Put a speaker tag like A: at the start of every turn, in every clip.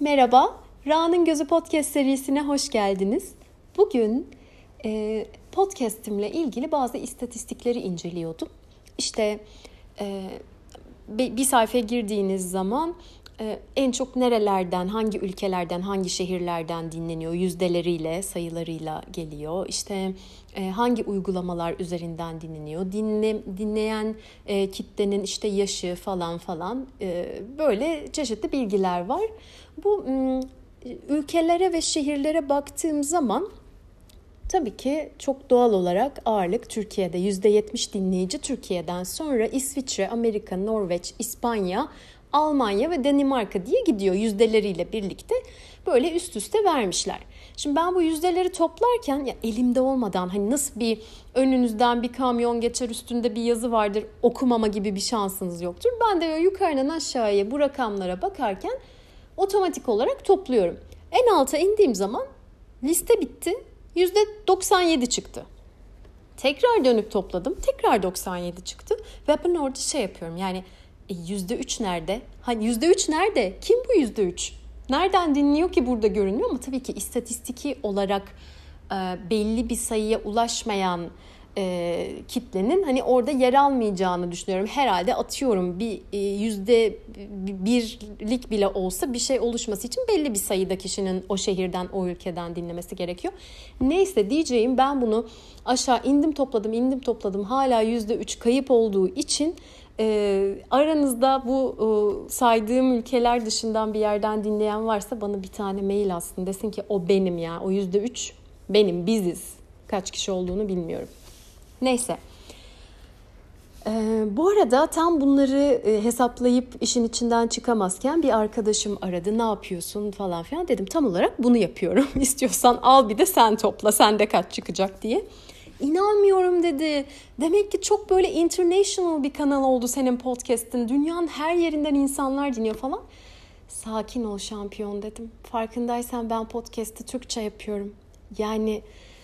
A: Merhaba, Ra'nın Gözü Podcast serisine hoş geldiniz. Bugün podcast'imle ilgili bazı istatistikleri inceliyordum. İşte bir sayfaya girdiğiniz zaman en çok nerelerden, hangi ülkelerden, hangi şehirlerden dinleniyor, yüzdeleriyle, sayılarıyla geliyor. İşte hangi uygulamalar üzerinden dinleniyor, dinleyen kitlenin işte yaşı falan böyle çeşitli bilgiler var. Bu ülkelere ve şehirlere baktığım zaman tabii ki çok doğal olarak ağırlık Türkiye'de. %70 dinleyici Türkiye'den sonra İsviçre, Amerika, Norveç, İspanya, Almanya ve Danimarka diye gidiyor yüzdeleriyle birlikte böyle üst üste vermişler. Şimdi ben bu yüzdeleri toplarken ya elimde olmadan hani nasıl bir önünüzden bir kamyon geçer üstünde bir yazı vardır okumama gibi bir şansınız yoktur. Ben de yukarıdan aşağıya bu rakamlara bakarken otomatik olarak topluyorum. En alta indiğim zaman liste bitti. %97 çıktı. Tekrar dönüp topladım. Tekrar 97 çıktı. Ve ben orada şey yapıyorum. Yani %3 nerede? Hani %3 nerede? Kim bu %3? Nereden dinliyor ki burada görünüyor? Ama tabii ki istatistiki olarak belli bir sayıya ulaşmayan kitlenin hani orada yer almayacağını düşünüyorum. Herhalde atıyorum bir %1'lik bile olsa bir şey oluşması için belli bir sayıda kişinin o şehirden, o ülkeden dinlemesi gerekiyor. Neyse diyeceğim ben bunu aşağı indim topladım. Hala %3 kayıp olduğu için aranızda bu saydığım ülkeler dışından bir yerden dinleyen varsa bana bir tane mail atsın. Desin ki o benim ya, o %3 benim, biziz. Kaç kişi olduğunu bilmiyorum. Neyse. Bu arada tam bunları hesaplayıp işin içinden çıkamazken bir arkadaşım aradı. Ne yapıyorsun falan filan dedim. Tam olarak bunu yapıyorum. İstiyorsan al bir de sen topla. Sende kaç çıkacak diye. İnanmıyorum dedi. Demek ki çok böyle international bir kanal oldu senin podcast'in. Dünyanın her yerinden insanlar dinliyor falan. Sakin ol şampiyon dedim. Farkındaysan ben podcast'ı Türkçe yapıyorum. Yani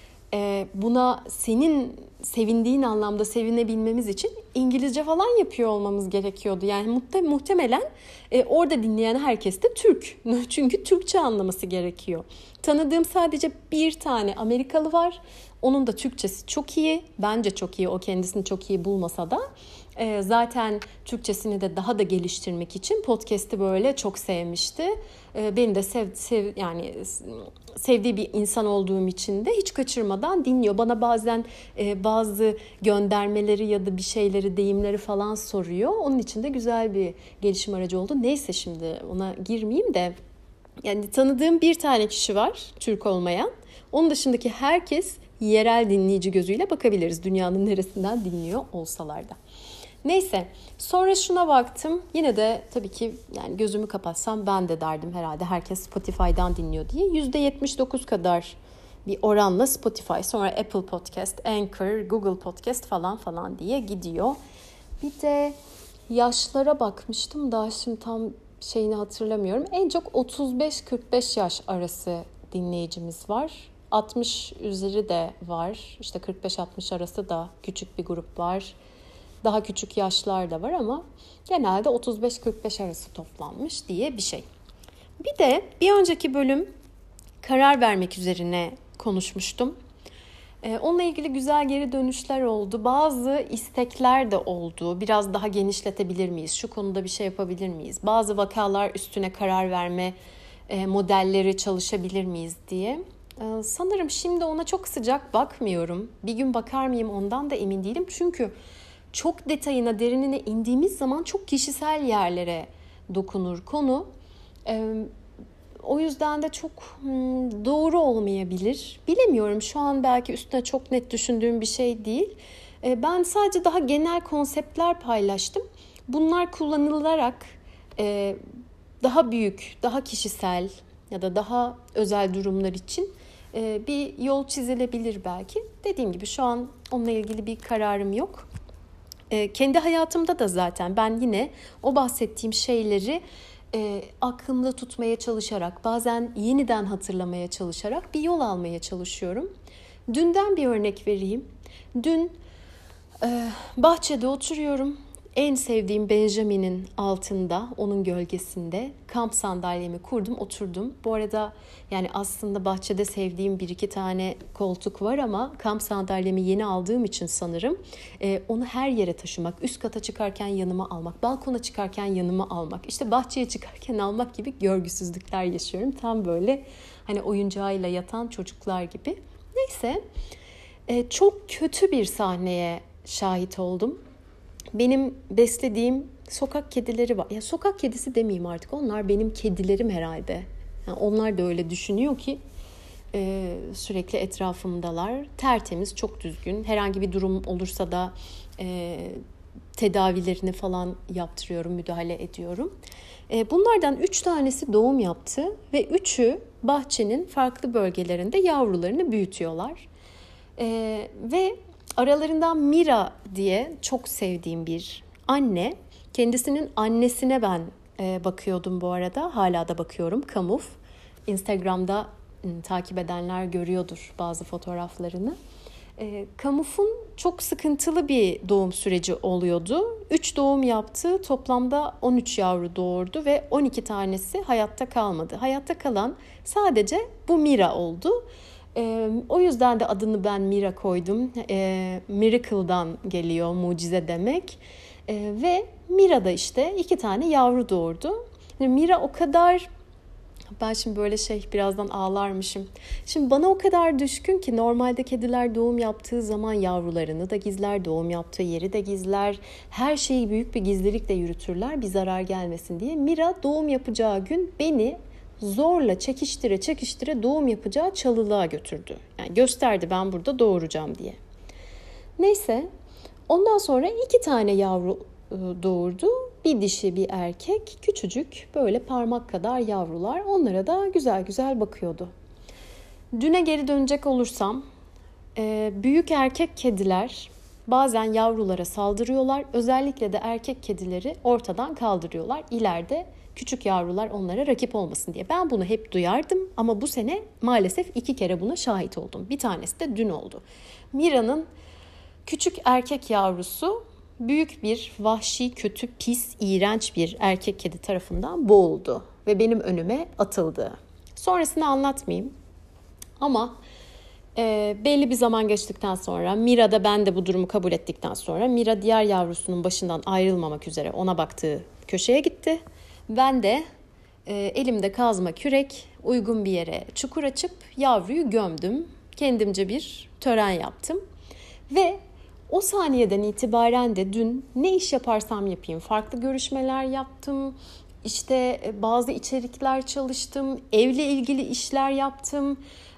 A: buna senin sevindiğin anlamda sevinebilmemiz için İngilizce falan yapıyor olmamız gerekiyordu. Yani muhtemelen orada dinleyen herkes de Türk. Çünkü Türkçe anlaması gerekiyor. Tanıdığım sadece bir tane Amerikalı var. Onun da Türkçesi çok iyi. Bence çok iyi. O kendisini çok iyi bulmasa da. Zaten Türkçesini de daha da geliştirmek için podcast'i böyle çok sevmişti. Beni de sevdiği bir insan olduğum için de hiç kaçırmadan dinliyor. Bana bazen bazı göndermeleri ya da bir şeyleri, deyimleri falan soruyor. Onun için de güzel bir gelişim aracı oldu. Neyse şimdi ona girmeyeyim de. Yani tanıdığım bir tane kişi var, Türk olmayan. Onun dışındaki herkes yerel dinleyici gözüyle bakabiliriz. Dünyanın neresinden dinliyor olsalar da. Neyse sonra şuna baktım. Yine de tabii ki yani gözümü kapatsam ben de derdim herhalde herkes Spotify'dan dinliyor diye. %79 kadar bir oranla Spotify, sonra Apple Podcast, Anchor, Google Podcast falan diye gidiyor. Bir de yaşlara bakmıştım da şimdi tam şeyini hatırlamıyorum. En çok 35-45 yaş arası dinleyicimiz var. 60 üzeri de var. İşte 45-60 arası da küçük bir grup var. Daha küçük yaşlar da var ama genelde 35-45 arası toplanmış diye bir şey. Bir de bir önceki bölüm karar vermek üzerine konuşmuştum. Onunla ilgili güzel geri dönüşler oldu. Bazı istekler de oldu. Biraz daha genişletebilir miyiz? Şu konuda bir şey yapabilir miyiz? Bazı vakalar üstüne karar verme modelleri çalışabilir miyiz diye. Sanırım şimdi ona çok sıcak bakmıyorum. Bir gün bakar mıyım ondan da emin değilim. Çünkü çok detayına, derinine indiğimiz zaman çok kişisel yerlere dokunur konu. O yüzden de çok doğru olmayabilir. Bilemiyorum, şu an belki üstüne çok net düşündüğüm bir şey değil. Ben sadece daha genel konseptler paylaştım. Bunlar kullanılarak daha büyük, daha kişisel ya da daha özel durumlar için bir yol çizilebilir belki. Dediğim gibi şu an onunla ilgili bir kararım yok. Kendi hayatımda da zaten ben yine o bahsettiğim şeyleri aklımda tutmaya çalışarak, bazen yeniden hatırlamaya çalışarak bir yol almaya çalışıyorum. Dünden bir örnek vereyim. Dün bahçede oturuyorum. en sevdiğim Benjamin'in altında, onun gölgesinde kamp sandalyemi kurdum, oturdum. Bu arada yani aslında bahçede sevdiğim bir iki tane koltuk var ama kamp sandalyemi yeni aldığım için sanırım onu her yere taşımak, üst kata çıkarken yanıma almak, balkona çıkarken yanıma almak, işte bahçeye çıkarken almak gibi görgüsüzlükler yaşıyorum. Tam böyle hani oyuncağıyla yatan çocuklar gibi. Neyse, çok kötü bir sahneye şahit oldum. Benim beslediğim sokak kedileri var. Ya sokak kedisi demeyeyim artık. Onlar benim kedilerim herhalde. Yani onlar da öyle düşünüyor ki sürekli etrafımdalar. Tertemiz, çok düzgün. Herhangi bir durum olursa da tedavilerini falan yaptırıyorum, müdahale ediyorum. Bunlardan 3 tanesi doğum yaptı ve 3'ü bahçenin farklı bölgelerinde yavrularını büyütüyorlar. Ve aralarından Mira diye çok sevdiğim bir anne, kendisinin annesine ben bakıyordum bu arada. Hala da bakıyorum. Kamuf. Instagram'da takip edenler görüyordur bazı fotoğraflarını. Kamuf'un çok sıkıntılı bir doğum süreci oluyordu. 3 doğum yaptı. Toplamda 13 yavru doğurdu ve 12 tanesi hayatta kalmadı. Hayatta kalan sadece bu Mira oldu. O yüzden de adını ben Mira koydum. Miracle'dan geliyor, mucize demek. Ve Mira da işte 2 tane yavru doğurdu. Mira o kadar... Ben şimdi böyle birazdan ağlarmışım. Şimdi bana o kadar düşkün ki normalde kediler doğum yaptığı zaman yavrularını da gizler, doğum yaptığı yeri de gizler. Her şeyi büyük bir gizlilikle yürütürler bir zarar gelmesin diye. Mira doğum yapacağı gün beni zorla çekiştire doğum yapacağı çalılığa götürdü. Yani gösterdi ben burada doğuracağım diye. Neyse, ondan sonra 2 tane yavru doğurdu. Bir dişi bir erkek, küçücük böyle parmak kadar yavrular. Onlara da güzel güzel bakıyordu. Düne geri dönecek olursam, büyük erkek kediler bazen yavrulara saldırıyorlar. Özellikle de erkek kedileri ortadan kaldırıyorlar. İleride küçük yavrular onlara rakip olmasın diye. Ben bunu hep duyardım ama bu sene maalesef 2 kere buna şahit oldum. Bir tanesi de dün oldu. Mira'nın küçük erkek yavrusu büyük bir vahşi, kötü, pis, iğrenç bir erkek kedi tarafından boğuldu ve benim önüme atıldı. Sonrasını anlatmayayım ama belli bir zaman geçtikten sonra Mira da ben de bu durumu kabul ettikten sonra Mira diğer yavrusunun başından ayrılmamak üzere ona baktığı köşeye gitti. Ben de elimde kazma kürek uygun bir yere çukur açıp yavruyu gömdüm. Kendimce bir tören yaptım ve o saniyeden itibaren de dün ne iş yaparsam yapayım farklı görüşmeler yaptım. İşte bazı içerikler çalıştım, evle ilgili işler yaptım.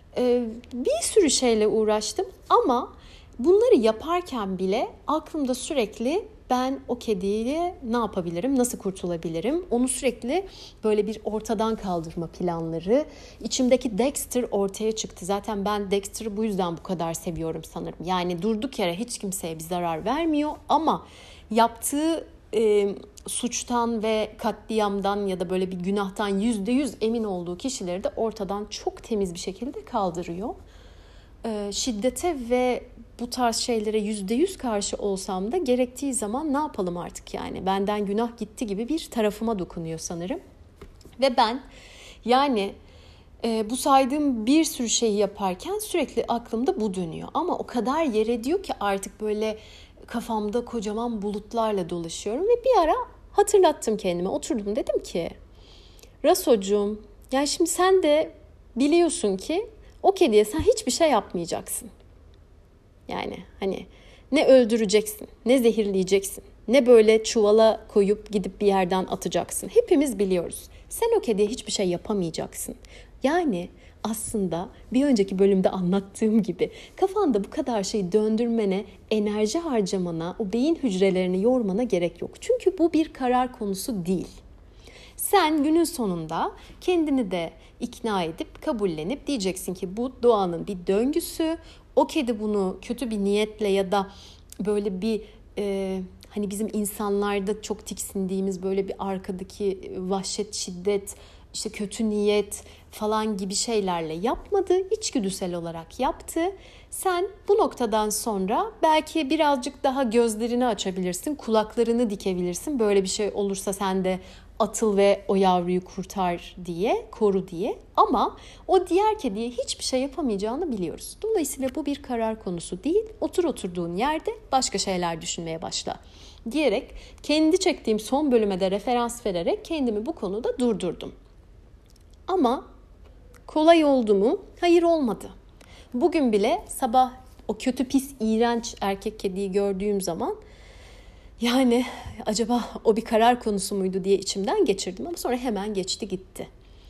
A: Bir sürü şeyle uğraştım ama bunları yaparken bile aklımda sürekli ben o kediyle ne yapabilirim, nasıl kurtulabilirim? Onu sürekli böyle bir ortadan kaldırma planları. İçimdeki Dexter ortaya çıktı. Zaten ben Dexter'ı bu yüzden bu kadar seviyorum sanırım. Yani durduk yere hiç kimseye bir zarar vermiyor ama yaptığı suçtan ve katliamdan ya da böyle bir günahtan %100 emin olduğu kişileri de ortadan çok temiz bir şekilde kaldırıyor. Şiddete ve bu tarz şeylere %100 karşı olsam da gerektiği zaman ne yapalım artık yani. Benden günah gitti gibi bir tarafıma dokunuyor sanırım. Ve ben yani bu saydığım bir sürü şeyi yaparken sürekli aklımda bu dönüyor. Ama o kadar yer ediyor ki artık böyle kafamda kocaman bulutlarla dolaşıyorum. Ve bir ara hatırlattım kendime. Oturdum dedim ki Rasocuğum yani şimdi sen de biliyorsun ki o kediye sen hiçbir şey yapmayacaksın. Yani hani ne öldüreceksin, ne zehirleyeceksin, ne böyle çuvala koyup gidip bir yerden atacaksın. Hepimiz biliyoruz. Sen o kediye hiçbir şey yapamayacaksın. Yani aslında bir önceki bölümde anlattığım gibi kafanda bu kadar şeyi döndürmene, enerji harcamana, o beyin hücrelerini yormana gerek yok. Çünkü bu bir karar konusu değil. Sen günün sonunda kendini de ikna edip kabullenip diyeceksin ki bu doğanın bir döngüsü. O kedi bunu kötü bir niyetle ya da böyle bir hani bizim insanlarda çok tiksindiğimiz böyle bir arkadaki vahşet, şiddet, işte kötü niyet falan gibi şeylerle yapmadı. İçgüdüsel olarak yaptı. Sen bu noktadan sonra belki birazcık daha gözlerini açabilirsin, kulaklarını dikebilirsin. Böyle bir şey olursa sen de atıl ve o yavruyu kurtar diye, koru diye. Ama o diğer kediye hiçbir şey yapamayacağını biliyoruz. Dolayısıyla bu bir karar konusu değil. Oturduğun yerde başka şeyler düşünmeye başla diyerek kendi çektiğim son bölüme de referans vererek kendimi bu konuda durdurdum. Ama kolay oldu mu? Hayır, olmadı. Bugün bile sabah o kötü, pis, iğrenç erkek kediyi gördüğüm zaman yani acaba o bir karar konusu muydu diye içimden geçirdim ama sonra hemen geçti gitti.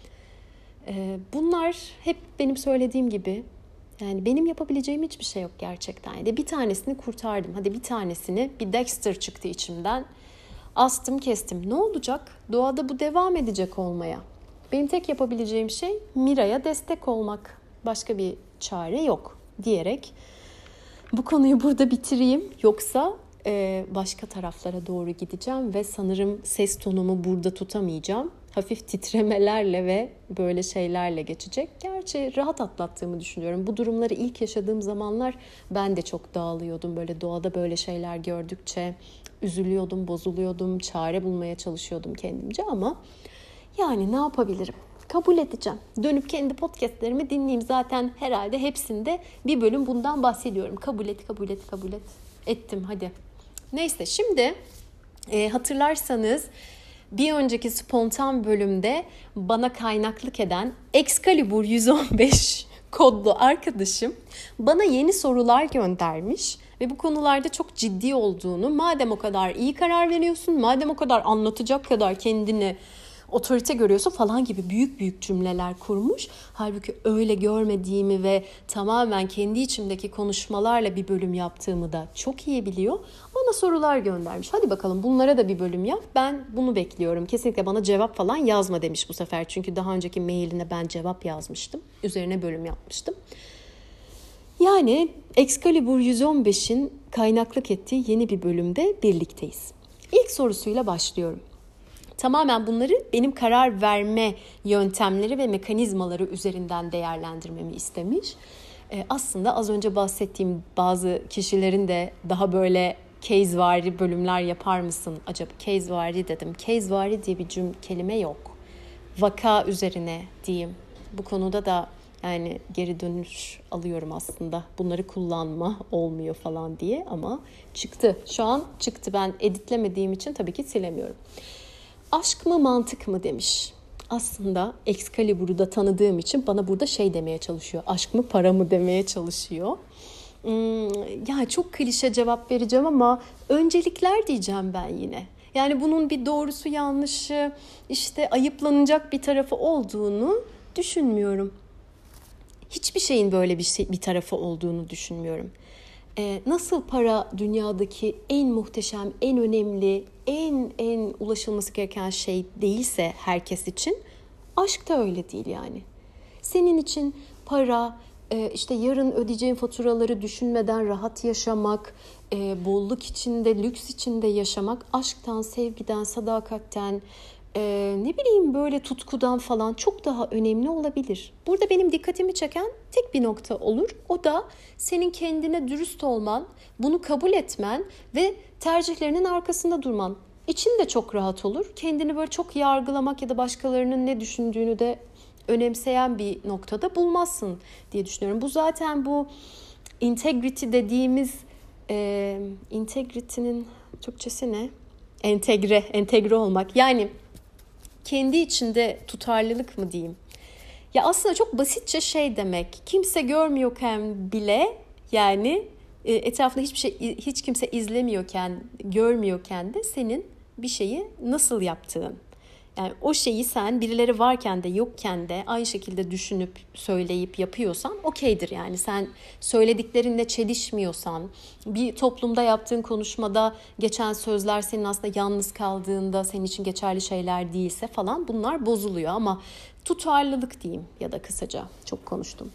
A: Bunlar hep benim söylediğim gibi, yani benim yapabileceğim hiçbir şey yok gerçekten. Yani bir tanesini kurtardım. Hadi bir tanesini, bir Dexter çıktı içimden. Astım kestim. Ne olacak? Doğada bu devam edecek olmaya. Benim tek yapabileceğim şey Mira'ya destek olmak. Başka bir çare yok diyerek bu konuyu burada bitireyim. Yoksa başka taraflara doğru gideceğim ve sanırım ses tonumu burada tutamayacağım. Hafif titremelerle ve böyle şeylerle geçecek. Gerçi rahat atlattığımı düşünüyorum. Bu durumları ilk yaşadığım zamanlar ben de çok dağılıyordum. Böyle doğada böyle şeyler gördükçe üzülüyordum, bozuluyordum, çare bulmaya çalışıyordum kendimce ama yani ne yapabilirim? Kabul edeceğim. Dönüp kendi podcastlerimi dinleyeyim. Zaten herhalde hepsinde bir bölüm bundan bahsediyorum. Kabul et, kabul et, kabul et. Ettim hadi. Neyse şimdi hatırlarsanız bir önceki spontan bölümde bana kaynaklık eden Excalibur 115 kodlu arkadaşım bana yeni sorular göndermiş ve bu konularda çok ciddi olduğunu, madem o kadar iyi karar veriyorsun, madem o kadar anlatacak kadar kendini otorite görüyorsun falan gibi büyük büyük cümleler kurmuş. Halbuki öyle görmediğimi ve tamamen kendi içimdeki konuşmalarla bir bölüm yaptığımı da çok iyi biliyor. Bana sorular göndermiş. Hadi bakalım bunlara da bir bölüm yap. Ben bunu bekliyorum. Kesinlikle bana cevap falan yazma demiş bu sefer. Çünkü daha önceki mailine ben cevap yazmıştım. Üzerine bölüm yapmıştım. Yani Excalibur 115'in kaynaklık ettiği yeni bir bölümde birlikteyiz. İlk sorusuyla başlıyorum. Tamamen bunları benim karar verme yöntemleri ve mekanizmaları üzerinden değerlendirmemi istemiş. Aslında az önce bahsettiğim bazı kişilerin de daha böyle casevari bölümler yapar mısın acaba? Casevari dedim. Casevari diye bir kelime yok. Vaka üzerine diyeyim. Bu konuda da yani geri dönüş alıyorum aslında. Bunları kullanma olmuyor falan diye ama çıktı. Şu an çıktı. Ben editlemediğim için tabii ki silemiyorum. Aşk mı mantık mı demiş. Aslında Excalibur'u da tanıdığım için bana burada şey demeye çalışıyor. Aşk mı para mı demeye çalışıyor. Yani çok klişe cevap vereceğim ama öncelikler diyeceğim ben yine. Yani bunun bir doğrusu yanlışı, işte ayıplanacak bir tarafı olduğunu düşünmüyorum. Hiçbir şeyin böyle bir tarafı olduğunu düşünmüyorum. Nasıl para dünyadaki en muhteşem, en önemli, en ulaşılması gereken şey değilse herkes için, aşk da öyle değil yani. Senin için para, işte yarın ödeyeceğin faturaları düşünmeden rahat yaşamak, bolluk içinde, lüks içinde yaşamak, aşktan, sevgiden, sadakatten, ne bileyim böyle tutkudan falan çok daha önemli olabilir. Burada benim dikkatimi çeken tek bir nokta olur. O da senin kendine dürüst olman, bunu kabul etmen ve tercihlerinin arkasında durman. İçin de çok rahat olur. Kendini böyle çok yargılamak ya da başkalarının ne düşündüğünü de önemseyen bir noktada bulmazsın diye düşünüyorum. Bu zaten bu integrity dediğimiz integrity'nin Türkçesi ne? Entegre olmak. Yani kendi içinde tutarlılık mı diyeyim? Ya aslında çok basitçe şey demek. Kimse görmüyorken bile yani etrafında hiç kimse izlemiyorken, görmüyorken de senin bir şeyi nasıl yaptığın. Yani o şeyi sen birileri varken de yokken de aynı şekilde düşünüp söyleyip yapıyorsan okeydir. Yani sen söylediklerinle çelişmiyorsan, bir toplumda yaptığın konuşmada geçen sözler senin aslında yalnız kaldığında senin için geçerli şeyler değilse falan bunlar bozuluyor. Ama tutarlılık diyeyim ya da kısaca çok konuştum.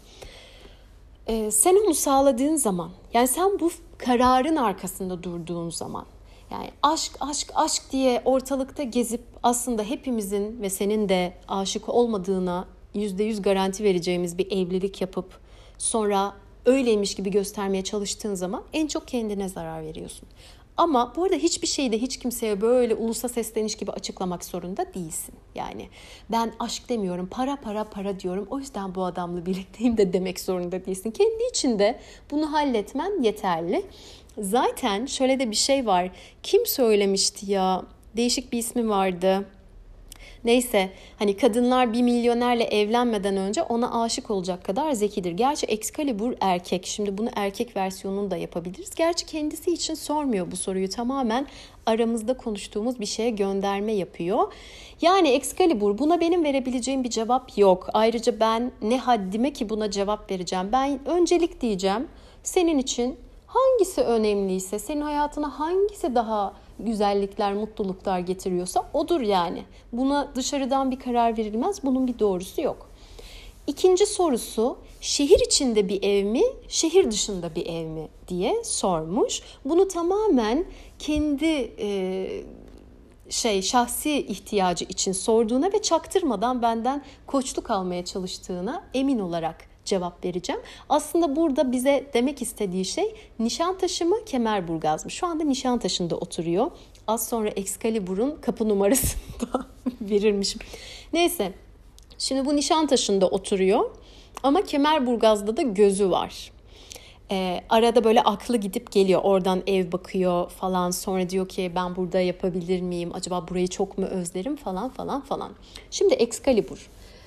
A: Sen onu sağladığın zaman, yani sen bu kararın arkasında durduğun zaman, Yani aşk, aşk, aşk diye ortalıkta gezip aslında hepimizin ve senin de aşık olmadığına %100 garanti vereceğimiz bir evlilik yapıp sonra öyleymiş gibi göstermeye çalıştığın zaman en çok kendine zarar veriyorsun. Ama bu arada hiçbir şeyi de hiç kimseye böyle ulusa sesleniş gibi açıklamak zorunda değilsin. Yani ben aşk demiyorum, para para para diyorum. O yüzden bu adamla birlikteyim de demek zorunda değilsin. Kendi içinde bunu halletmen yeterli. Zaten şöyle de bir şey var. Kim söylemişti ya? Değişik bir ismi vardı. Neyse, hani kadınlar bir milyonerle evlenmeden önce ona aşık olacak kadar zekidir. Gerçi Excalibur erkek. Şimdi bunu erkek versiyonunu da yapabiliriz. Gerçi kendisi için sormuyor bu soruyu. Tamamen aramızda konuştuğumuz bir şeye gönderme yapıyor. Yani Excalibur, buna benim verebileceğim bir cevap yok. Ayrıca ben ne haddime ki buna cevap vereceğim. Ben öncelik diyeceğim. Senin için hangisi önemliyse, senin hayatına hangisi daha güzellikler, mutluluklar getiriyorsa odur yani. Buna dışarıdan bir karar verilmez. Bunun bir doğrusu yok. İkinci sorusu, şehir içinde bir ev mi, şehir dışında bir ev mi diye sormuş. Bunu tamamen kendi şahsi ihtiyacı için sorduğuna ve çaktırmadan benden koçluk almaya çalıştığına emin olarak cevap vereceğim. Aslında burada bize demek istediği şey Nişantaşı mı, Kemerburgaz mı? Şu anda Nişantaşı'nda oturuyor. Az sonra Excalibur'un kapı numarasını da verirmişim. Neyse, şimdi bu Nişantaşı'nda oturuyor ama Kemerburgaz'da da gözü var. Arada böyle aklı gidip geliyor, oradan ev bakıyor falan, sonra diyor ki ben burada yapabilir miyim, acaba burayı çok mu özlerim falan falan falan. Şimdi Excalibur,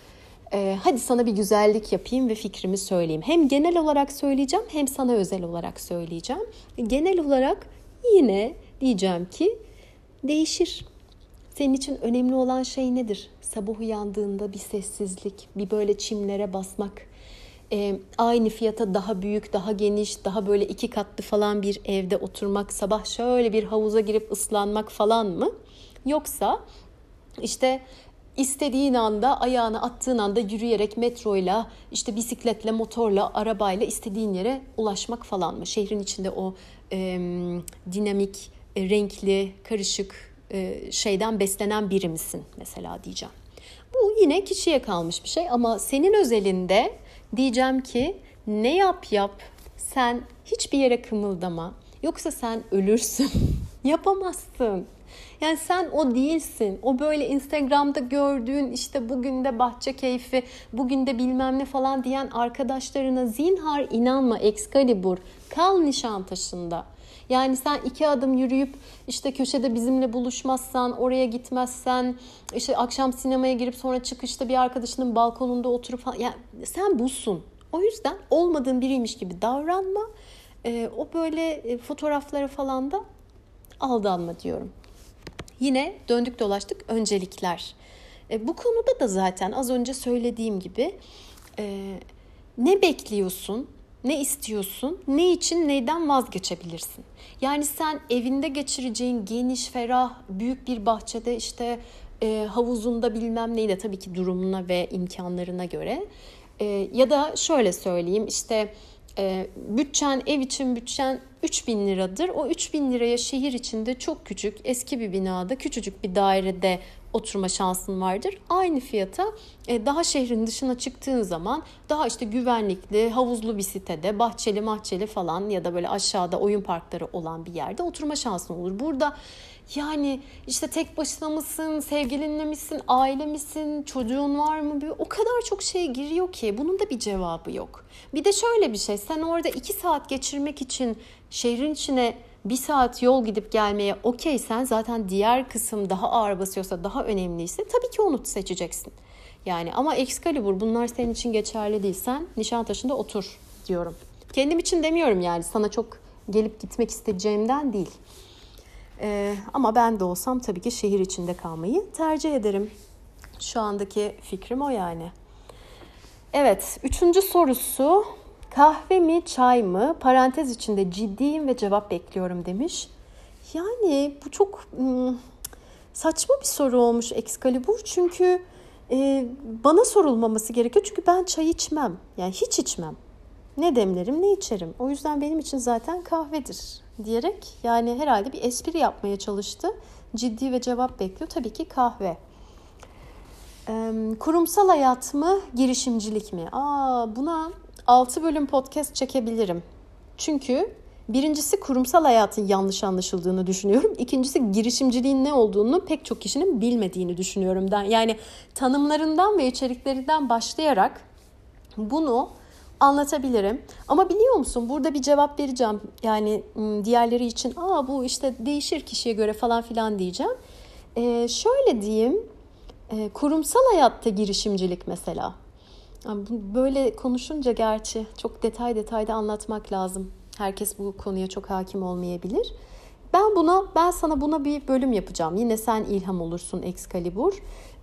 A: hadi sana bir güzellik yapayım ve fikrimi söyleyeyim. Hem genel olarak söyleyeceğim hem sana özel olarak söyleyeceğim. Genel olarak yine diyeceğim ki değişir. Senin için önemli olan şey nedir? Sabah uyandığında bir sessizlik, bir böyle çimlere basmak, aynı fiyata daha büyük, daha geniş, daha böyle 2 katlı falan bir evde oturmak, sabah şöyle bir havuza girip ıslanmak falan mı? Yoksa işte istediğin anda, ayağını attığın anda yürüyerek, metroyla, işte bisikletle, motorla, arabayla istediğin yere ulaşmak falan mı? Şehrin içinde o dinamik, renkli, karışık şeyden beslenen biri misin mesela diyeceğim. Bu yine kişiye kalmış bir şey ama senin özelinde diyeceğim ki ne yap yap sen hiçbir yere kımıldama. Yoksa sen ölürsün. Yapamazsın. Yani sen o değilsin. O böyle Instagram'da gördüğün işte bugün de bahçe keyfi, bugün de bilmem ne falan diyen arkadaşlarına zinhar inanma Excalibur. Kal Nişantaşı'nda. Yani sen 2 adım yürüyüp işte köşede bizimle buluşmazsan, oraya gitmezsen, işte akşam sinemaya girip sonra çıkışta bir arkadaşının balkonunda oturup falan. Yani sen busun. O yüzden olmadığın biriymiş gibi davranma. O böyle fotoğraflara falan da aldanma diyorum. Yine döndük dolaştık öncelikler. Bu konuda da zaten az önce söylediğim gibi ne bekliyorsun, ne istiyorsun, ne için neyden vazgeçebilirsin? Yani sen evinde geçireceğin geniş, ferah, büyük bir bahçede işte havuzunda bilmem neyle tabii ki durumuna ve imkanlarına göre ya da şöyle söyleyeyim işte bütçen, ev için bütçen 3.000 liradır. O 3.000 liraya şehir içinde çok küçük, eski bir binada, küçücük bir dairede oturma şansın vardır. Aynı fiyata daha şehrin dışına çıktığın zaman daha işte güvenlikli, havuzlu bir sitede, bahçeli mahçeli falan ya da böyle aşağıda oyun parkları olan bir yerde oturma şansın olur. Burada yani işte tek başına mısın, sevgilinle misin, aile misin, çocuğun var mı? O kadar çok şey giriyor ki bunun da bir cevabı yok. Bir de şöyle bir şey, sen orada 2 saat geçirmek için şehrin içine 1 saat yol gidip gelmeye okeysen zaten diğer kısım daha ağır basıyorsa, daha önemliyse tabii ki onu seçeceksin. Yani ama Excalibur bunlar senin için geçerli değil. Sen Nişantaşı'nda otur diyorum. Kendim için demiyorum yani, sana çok gelip gitmek isteyeceğimden değil. Ama ben de olsam tabii ki şehir içinde kalmayı tercih ederim. Şu andaki fikrim o yani. Evet, 3. sorusu kahve mi çay mı? Parantez içinde ciddiyim ve cevap bekliyorum demiş. Yani bu çok saçma bir soru olmuş Excalibur. Çünkü bana sorulmaması gerekiyor. Çünkü ben çay içmem. Yani hiç içmem. Ne demlerim ne içerim. O yüzden benim için zaten kahvedir. diyerek yani herhalde bir espri yapmaya çalıştı. Ciddi ve cevap bekliyor. Tabii ki kahve. Kurumsal hayat mı, girişimcilik mi? Buna 6 bölüm podcast çekebilirim. Çünkü birincisi kurumsal hayatın yanlış anlaşıldığını düşünüyorum. İkincisi girişimciliğin ne olduğunu pek çok kişinin bilmediğini düşünüyorum. Yani tanımlarından ve içeriklerinden başlayarak bunu anlatabilirim. Ama biliyor musun, burada bir cevap vereceğim. Yani diğerleri için bu işte değişir kişiye göre falan filan diyeceğim. Şöyle diyeyim. Kurumsal hayatta girişimcilik mesela. Böyle konuşunca gerçi çok detay da anlatmak lazım. Herkes bu konuya çok hakim olmayabilir. Ben sana buna bir bölüm yapacağım. Yine sen ilham olursun Excalibur.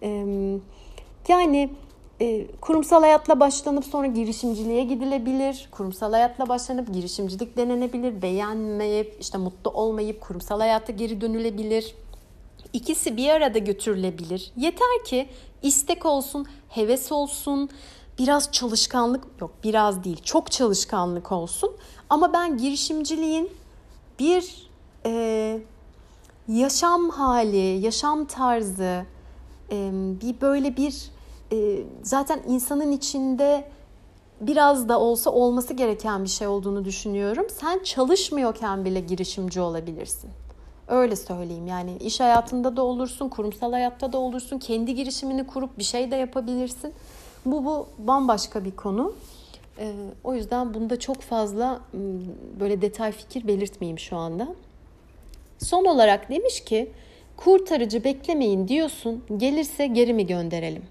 A: Kurumsal hayatla başlanıp sonra girişimciliğe gidilebilir. Kurumsal hayatla başlanıp girişimcilik denenebilir. Beğenmeyip, işte mutlu olmayıp kurumsal hayata geri dönülebilir. İkisi bir arada götürülebilir. Yeter ki istek olsun, heves olsun, biraz çalışkanlık, yok biraz değil, çok çalışkanlık olsun. Ama ben girişimciliğin bir yaşam hali, yaşam tarzı, zaten insanın içinde biraz da olsa olması gereken bir şey olduğunu düşünüyorum. Sen çalışmıyorken bile girişimci olabilirsin. Öyle söyleyeyim, yani iş hayatında da olursun, kurumsal hayatta da olursun, kendi girişimini kurup bir şey de yapabilirsin. Bu bambaşka bir konu. O yüzden bunda çok fazla böyle detay fikir belirtmeyeyim şu anda. Son olarak demiş ki, kurtarıcı beklemeyin diyorsun, gelirse geri mi gönderelim?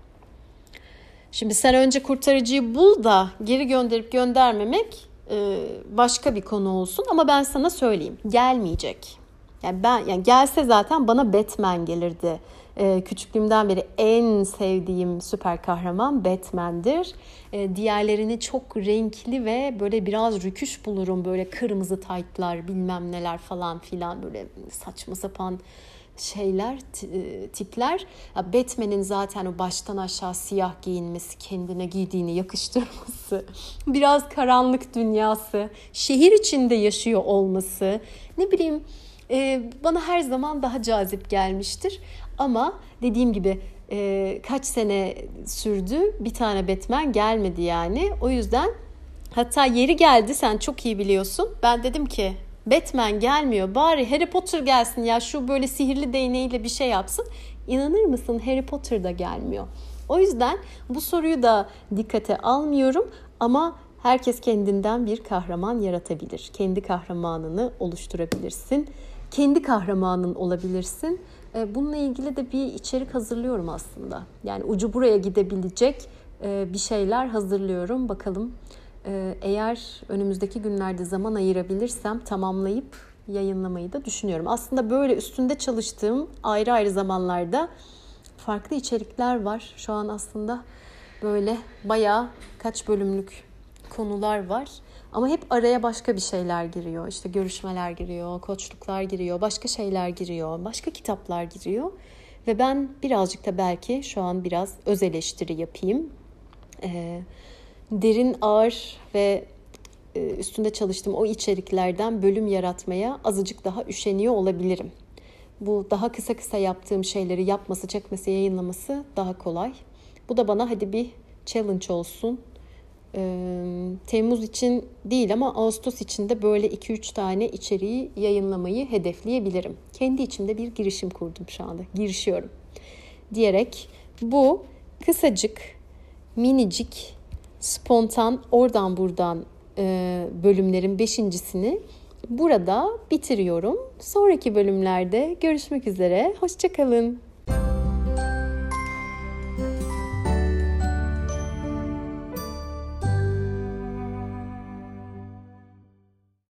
A: Şimdi sen önce kurtarıcıyı bul da geri gönderip göndermemek başka bir konu olsun. Ama ben sana söyleyeyim, gelmeyecek. Yani gelse zaten bana Batman gelirdi. Küçüklüğümden beri en sevdiğim süper kahraman Batman'dir. Diğerlerini çok renkli ve böyle biraz rüküş bulurum. Böyle kırmızı taytlar, bilmem neler falan filan, böyle saçma sapan şeyler, tipler. Batman'in zaten o baştan aşağı siyah giyinmesi, kendine giydiğini yakıştırması, biraz karanlık dünyası, şehir içinde yaşıyor olması, ne bileyim, bana her zaman daha cazip gelmiştir. Ama dediğim gibi kaç sene sürdü, bir tane Batman gelmedi yani. O yüzden hatta yeri geldi, sen çok iyi biliyorsun. Ben dedim ki Batman gelmiyor, bari Harry Potter gelsin ya, şu böyle sihirli değneğiyle bir şey yapsın. İnanır mısın, Harry Potter da gelmiyor. O yüzden bu soruyu da dikkate almıyorum ama herkes kendinden bir kahraman yaratabilir. Kendi kahramanını oluşturabilirsin. Kendi kahramanın olabilirsin. Bununla ilgili de bir içerik hazırlıyorum aslında. Yani ucu buraya gidebilecek bir şeyler hazırlıyorum. Bakalım, eğer önümüzdeki günlerde zaman ayırabilirsem tamamlayıp yayınlamayı da düşünüyorum. Aslında böyle üstünde çalıştığım ayrı ayrı zamanlarda farklı içerikler var. Şu an aslında böyle bayağı kaç bölümlük konular var. Ama hep araya başka bir şeyler giriyor. İşte görüşmeler giriyor, koçluklar giriyor, başka şeyler giriyor, başka kitaplar giriyor. Ve ben birazcık da belki şu an biraz öz eleştiri yapayım. Derin, ağır ve üstünde çalıştığım o içeriklerden bölüm yaratmaya azıcık daha üşeniyor olabilirim. Bu daha kısa yaptığım şeyleri yapması, çekmesi, yayınlaması daha kolay. Bu da bana hadi bir challenge olsun. Temmuz için değil ama Ağustos için de böyle 2-3 tane içeriği yayınlamayı hedefleyebilirim. Kendi içimde bir girişim kurdum şu anda. Girişiyorum diyerek bu kısacık, minicik, spontan, oradan buradan bölümlerin 5.'sini burada bitiriyorum. Sonraki bölümlerde görüşmek üzere. Hoşça kalın.